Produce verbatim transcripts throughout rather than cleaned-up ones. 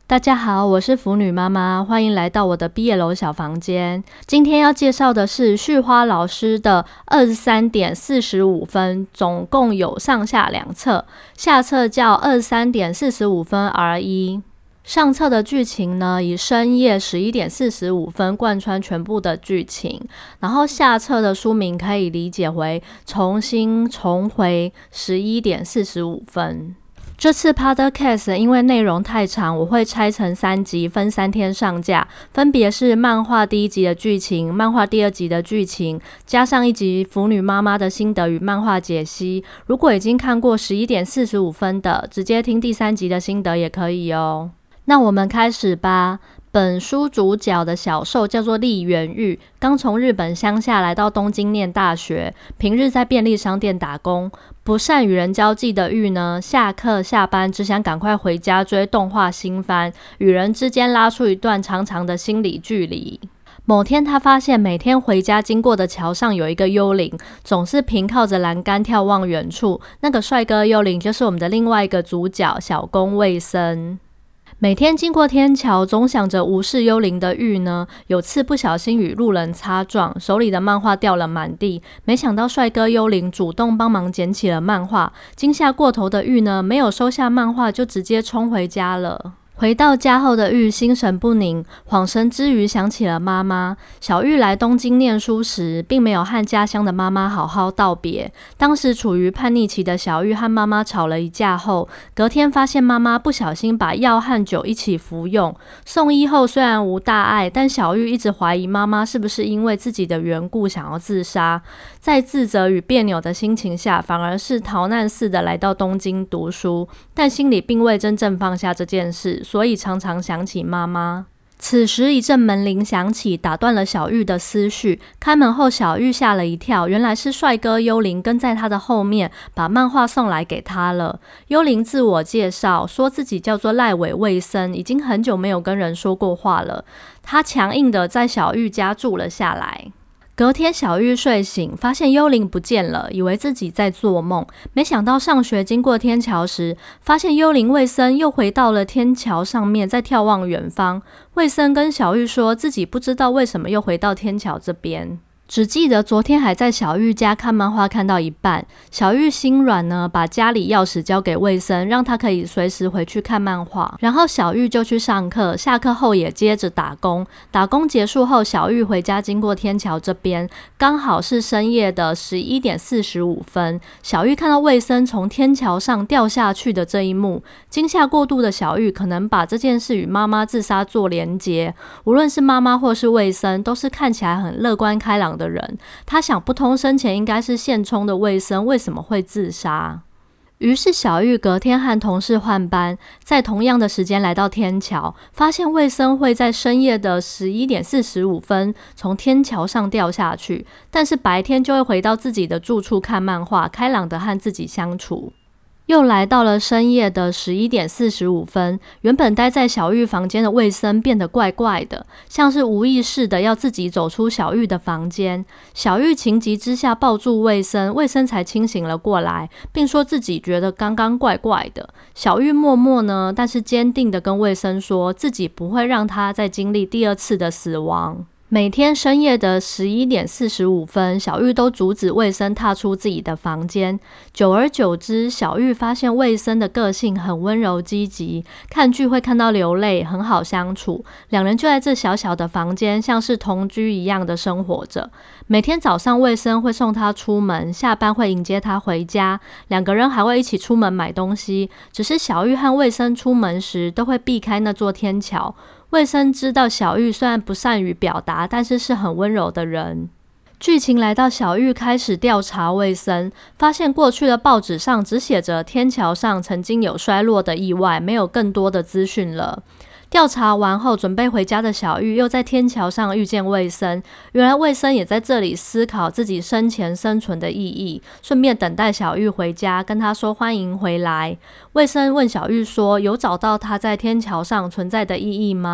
大家好，我是腐女妈妈，欢迎来到我的毕业楼小房间。今天要介绍的是絮花老师的二十三点四十五分，总共有上下两册，下册叫二十三点四十五分 R 一。上册的剧情呢，以深夜十一点四十五分贯穿全部的剧情，然后下册的书名可以理解为重新重回十一点四十五分。这次 Podcast 因为内容太长，我会拆成三集，分三天上架，分别是漫画第一集的剧情、漫画第二集的剧情，加上一集腐女妈妈的心得与漫画解析。如果已经看过十一点四十五分的，直接听第三集的心得也可以哦。那我们开始吧。本书主角的小受叫做立原玉，刚从日本乡下来到东京念大学，平日在便利商店打工。不善与人交际的玉呢，下课下班只想赶快回家追动画新番，与人之间拉出一段长长的心理距离。某天他发现每天回家经过的桥上有一个幽灵，总是平靠着栏杆眺望远处。那个帅哥幽灵就是我们的另外一个主角小宫卫生。每天经过天桥，总想着无视幽灵的玉呢，有次不小心与路人擦撞，手里的漫画掉了满地。没想到帅哥幽灵主动帮忙捡起了漫画，惊吓过头的玉呢，没有收下漫画，就直接冲回家了。回到家后的玉心神不宁，恍神之余想起了妈妈。小玉来东京念书时，并没有和家乡的妈妈好好道别。当时处于叛逆期的小玉和妈妈吵了一架后，隔天发现妈妈不小心把药和酒一起服用。送医后虽然无大碍，但小玉一直怀疑妈妈是不是因为自己的缘故想要自杀。在自责与别扭的心情下，反而是逃难似的来到东京读书，但心里并未真正放下这件事。所以常常想起妈妈。此时一阵门铃响起，打断了小玉的思绪。开门后，小玉吓了一跳，原来是帅哥幽灵跟在他的后面，把漫画送来给他了。幽灵自我介绍，说自己叫做赖尾卫生，已经很久没有跟人说过话了。他强硬的在小玉家住了下来。隔天小玉睡醒，发现幽灵不见了，以为自己在做梦。没想到上学经过天桥时，发现幽灵卫生又回到了天桥上面，在眺望远方。卫生跟小玉说自己不知道为什么又回到天桥这边，只记得昨天还在小玉家看漫画看到一半，小玉心软呢，把家里钥匙交给卫生，让他可以随时回去看漫画。然后小玉就去上课，下课后也接着打工。打工结束后，小玉回家经过天桥这边，刚好是深夜的十一点四十五分。小玉看到卫生从天桥上掉下去的这一幕，惊吓过度的小玉可能把这件事与妈妈自杀做连结。无论是妈妈或是卫生，都是看起来很乐观开朗的人，他想不通生前应该是现充的卫生为什么会自杀。于是小玉隔天和同事换班，在同样的时间来到天桥，发现卫生会在深夜的十一点四十五分从天桥上掉下去，但是白天就会回到自己的住处看漫画，开朗的和自己相处。又来到了深夜的十一点四十五分，原本待在小玉房间的卫生变得怪怪的，像是无意识的要自己走出小玉的房间。小玉情急之下抱住卫生，卫生才清醒了过来，并说自己觉得刚刚怪怪的。小玉默默呢，但是坚定的跟卫生说自己不会让他再经历第二次的死亡。每天深夜的十一点四十五分，小玉都阻止卫生踏出自己的房间。久而久之，小玉发现卫生的个性很温柔积极，看剧会看到流泪，很好相处。两人就在这小小的房间，像是同居一样的生活着。每天早上卫生会送他出门，下班会迎接他回家，两个人还会一起出门买东西。只是小玉和卫生出门时都会避开那座天桥。卫生知道小玉虽然不善于表达，但是是很温柔的人。剧情来到小玉开始调查卫生，发现过去的报纸上只写着天桥上曾经有摔落的意外，没有更多的资讯了。调查完后，准备回家的小玉又在天桥上遇见卫生。原来卫生也在这里思考自己生前生存的意义，顺便等待小玉回家，跟他说欢迎回来。卫生问小玉说，有找到他在天桥上存在的意义吗？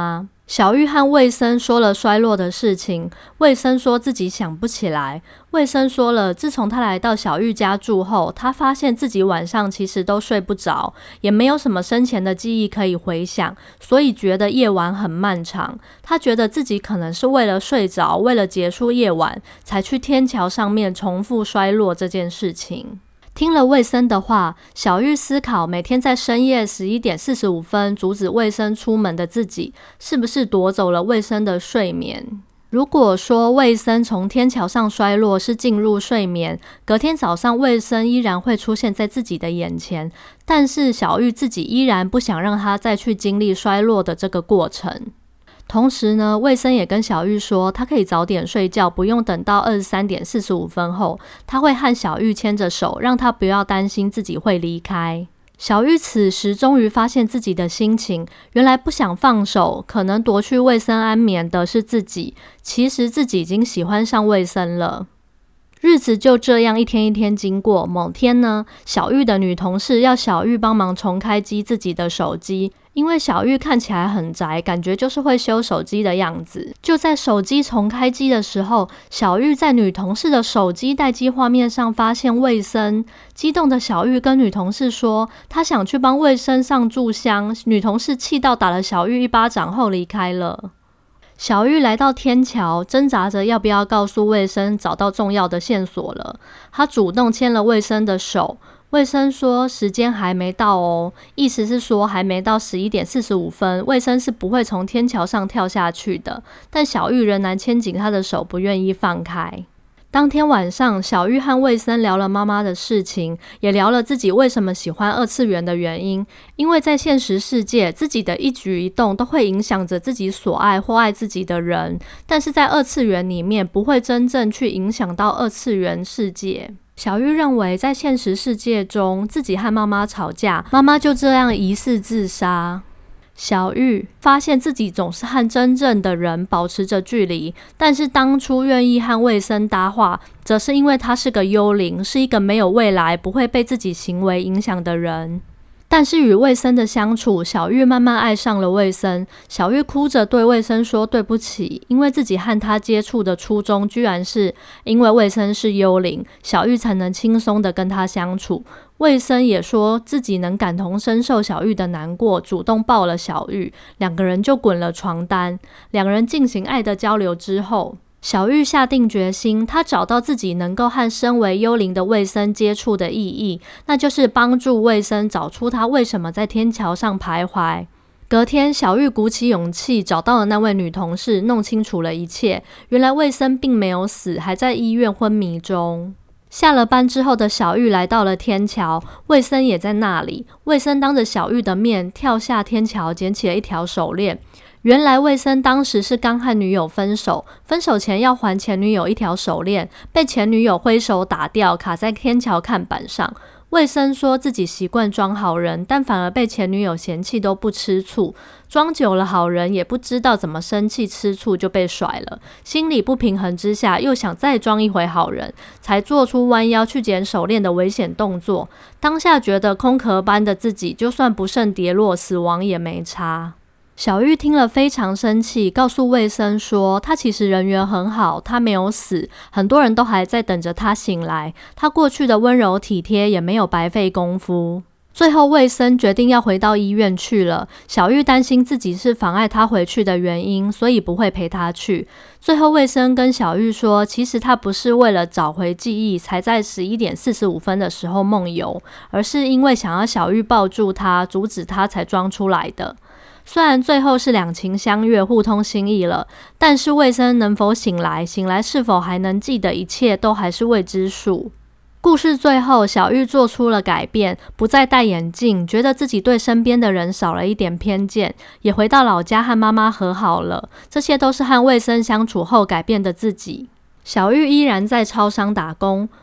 小玉和魏森说了衰落的事情，魏森说自己想不起来。魏森说了，自从他来到小玉家住后，他发现自己晚上其实都睡不着，也没有什么生前的记忆可以回想，所以觉得夜晚很漫长。他觉得自己可能是为了睡着，为了结束夜晚，才去天桥上面重复衰落这件事情。听了魏森的话，小玉思考每天在深夜十一点四十五分阻止魏森出门的自己，是不是夺走了魏森的睡眠？如果说魏森从天桥上衰落是进入睡眠，隔天早上魏森依然会出现在自己的眼前，但是小玉自己依然不想让他再去经历衰落的这个过程。同时呢，魏森也跟小玉说，他可以早点睡觉，不用等到二十三点四十五分后，他会和小玉牵着手，让他不要担心自己会离开。小玉此时终于发现自己的心情，原来不想放手，可能夺去魏森安眠的是自己，其实自己已经喜欢上魏森了。日子就这样一天一天经过，某天呢，小玉的女同事要小玉帮忙重开机自己的手机，因为小玉看起来很宅，感觉就是会修手机的样子。就在手机重开机的时候，小玉在女同事的手机待机画面上发现魏森，激动的小玉跟女同事说，她想去帮魏森上炷香，女同事气到打了小玉一巴掌后离开了。小玉来到天桥，挣扎着要不要告诉魏森找到重要的线索了。她主动牵了魏森的手，魏森说时间还没到哦，意思是说还没到十一点四十五分，魏森是不会从天桥上跳下去的。但小玉仍然牵紧他的手，不愿意放开。当天晚上，小玉和魏森聊了妈妈的事情，也聊了自己为什么喜欢二次元的原因。因为在现实世界，自己的一举一动都会影响着自己所爱或爱自己的人，但是在二次元里面不会真正去影响到二次元世界。小玉认为在现实世界中，自己和妈妈吵架，妈妈就这样疑似自杀。小玉发现自己总是和真正的人保持着距离，但是当初愿意和魏森搭话，则是因为他是个幽灵，是一个没有未来，不会被自己行为影响的人。但是与魏森的相处，小玉慢慢爱上了魏森。小玉哭着对魏森说对不起，因为自己和他接触的初衷居然是因为魏森是幽灵，小玉才能轻松的跟他相处。魏森也说自己能感同身受小玉的难过，主动抱了小玉，两个人就滚了床单。两人进行爱的交流之后，小玉下定决心，她找到自己能够和身为幽灵的魏森接触的意义，那就是帮助魏森找出他为什么在天桥上徘徊。隔天，小玉鼓起勇气找到了那位女同事，弄清楚了一切。原来魏森并没有死，还在医院昏迷中。下了班之后的小玉来到了天桥，魏森也在那里。魏森当着小玉的面跳下天桥，捡起了一条手链。原来魏森当时是刚和女友分手，分手前要还前女友一条手链，被前女友挥手打掉，卡在天桥看板上。魏森说自己习惯装好人，但反而被前女友嫌弃都不吃醋，装久了好人也不知道怎么生气吃醋就被甩了，心理不平衡之下又想再装一回好人，才做出弯腰去捡手链的危险动作。当下觉得空壳般的自己就算不慎跌落死亡也没差。小玉听了非常生气，告诉魏森说他其实人缘很好，他没有死，很多人都还在等着他醒来，他过去的温柔体贴也没有白费功夫。最后魏森决定要回到医院去了，小玉担心自己是妨碍他回去的原因，所以不会陪他去。最后魏森跟小玉说，其实他不是为了找回记忆才在十一点四十五分的时候梦游，而是因为想要小玉抱住他，阻止他才装出来的。虽然最后是两情相悦，互通心意了，但是魏森能否醒来，醒来是否还能记得一切，都还是未知数。故事最后，小玉做出了改变，不再戴眼镜，觉得自己对身边的人少了一点偏见，也回到老家和妈妈和好了。这些都是和魏森相处后改变的自己。小玉依然在超商打工，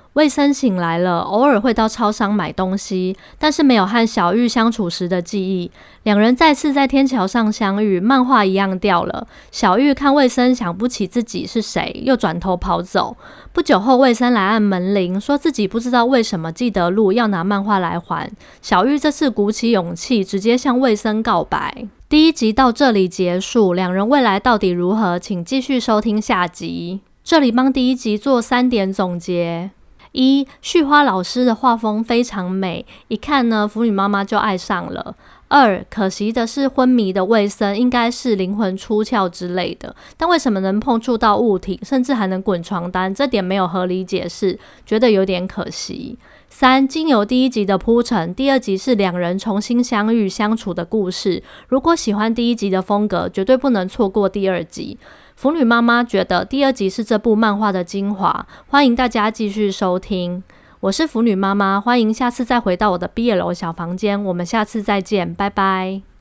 魏森醒来了，偶尔会到超商买东西，但是没有和小玉相处时的记忆。两人再次在天桥上相遇，漫画一样掉了。小玉看魏森想不起自己是谁，又转头跑走。不久后，魏森来按门铃，说自己不知道为什么记得路，要拿漫画来还。小玉这次鼓起勇气，直接向魏森告白。第一集到这里结束，两人未来到底如何，请继续收听下集。这里帮第一集做三点总结。一、絮花老师的画风非常美，一看呢，腐女妈妈就爱上了。二、可惜的是昏迷的魏森应该是灵魂出窍之类的，但为什么能碰触到物体，甚至还能滚床单，这点没有合理解释，觉得有点可惜。三、经由第一集的铺陈，第二集是两人重新相遇相处的故事。如果喜欢第一集的风格，绝对不能错过第二集。腐女妈妈觉得第二集是这部漫画的精华，欢迎大家继续收听。我是腐女妈妈，欢迎下次再回到我的 B L 小房间，我们下次再见，拜拜。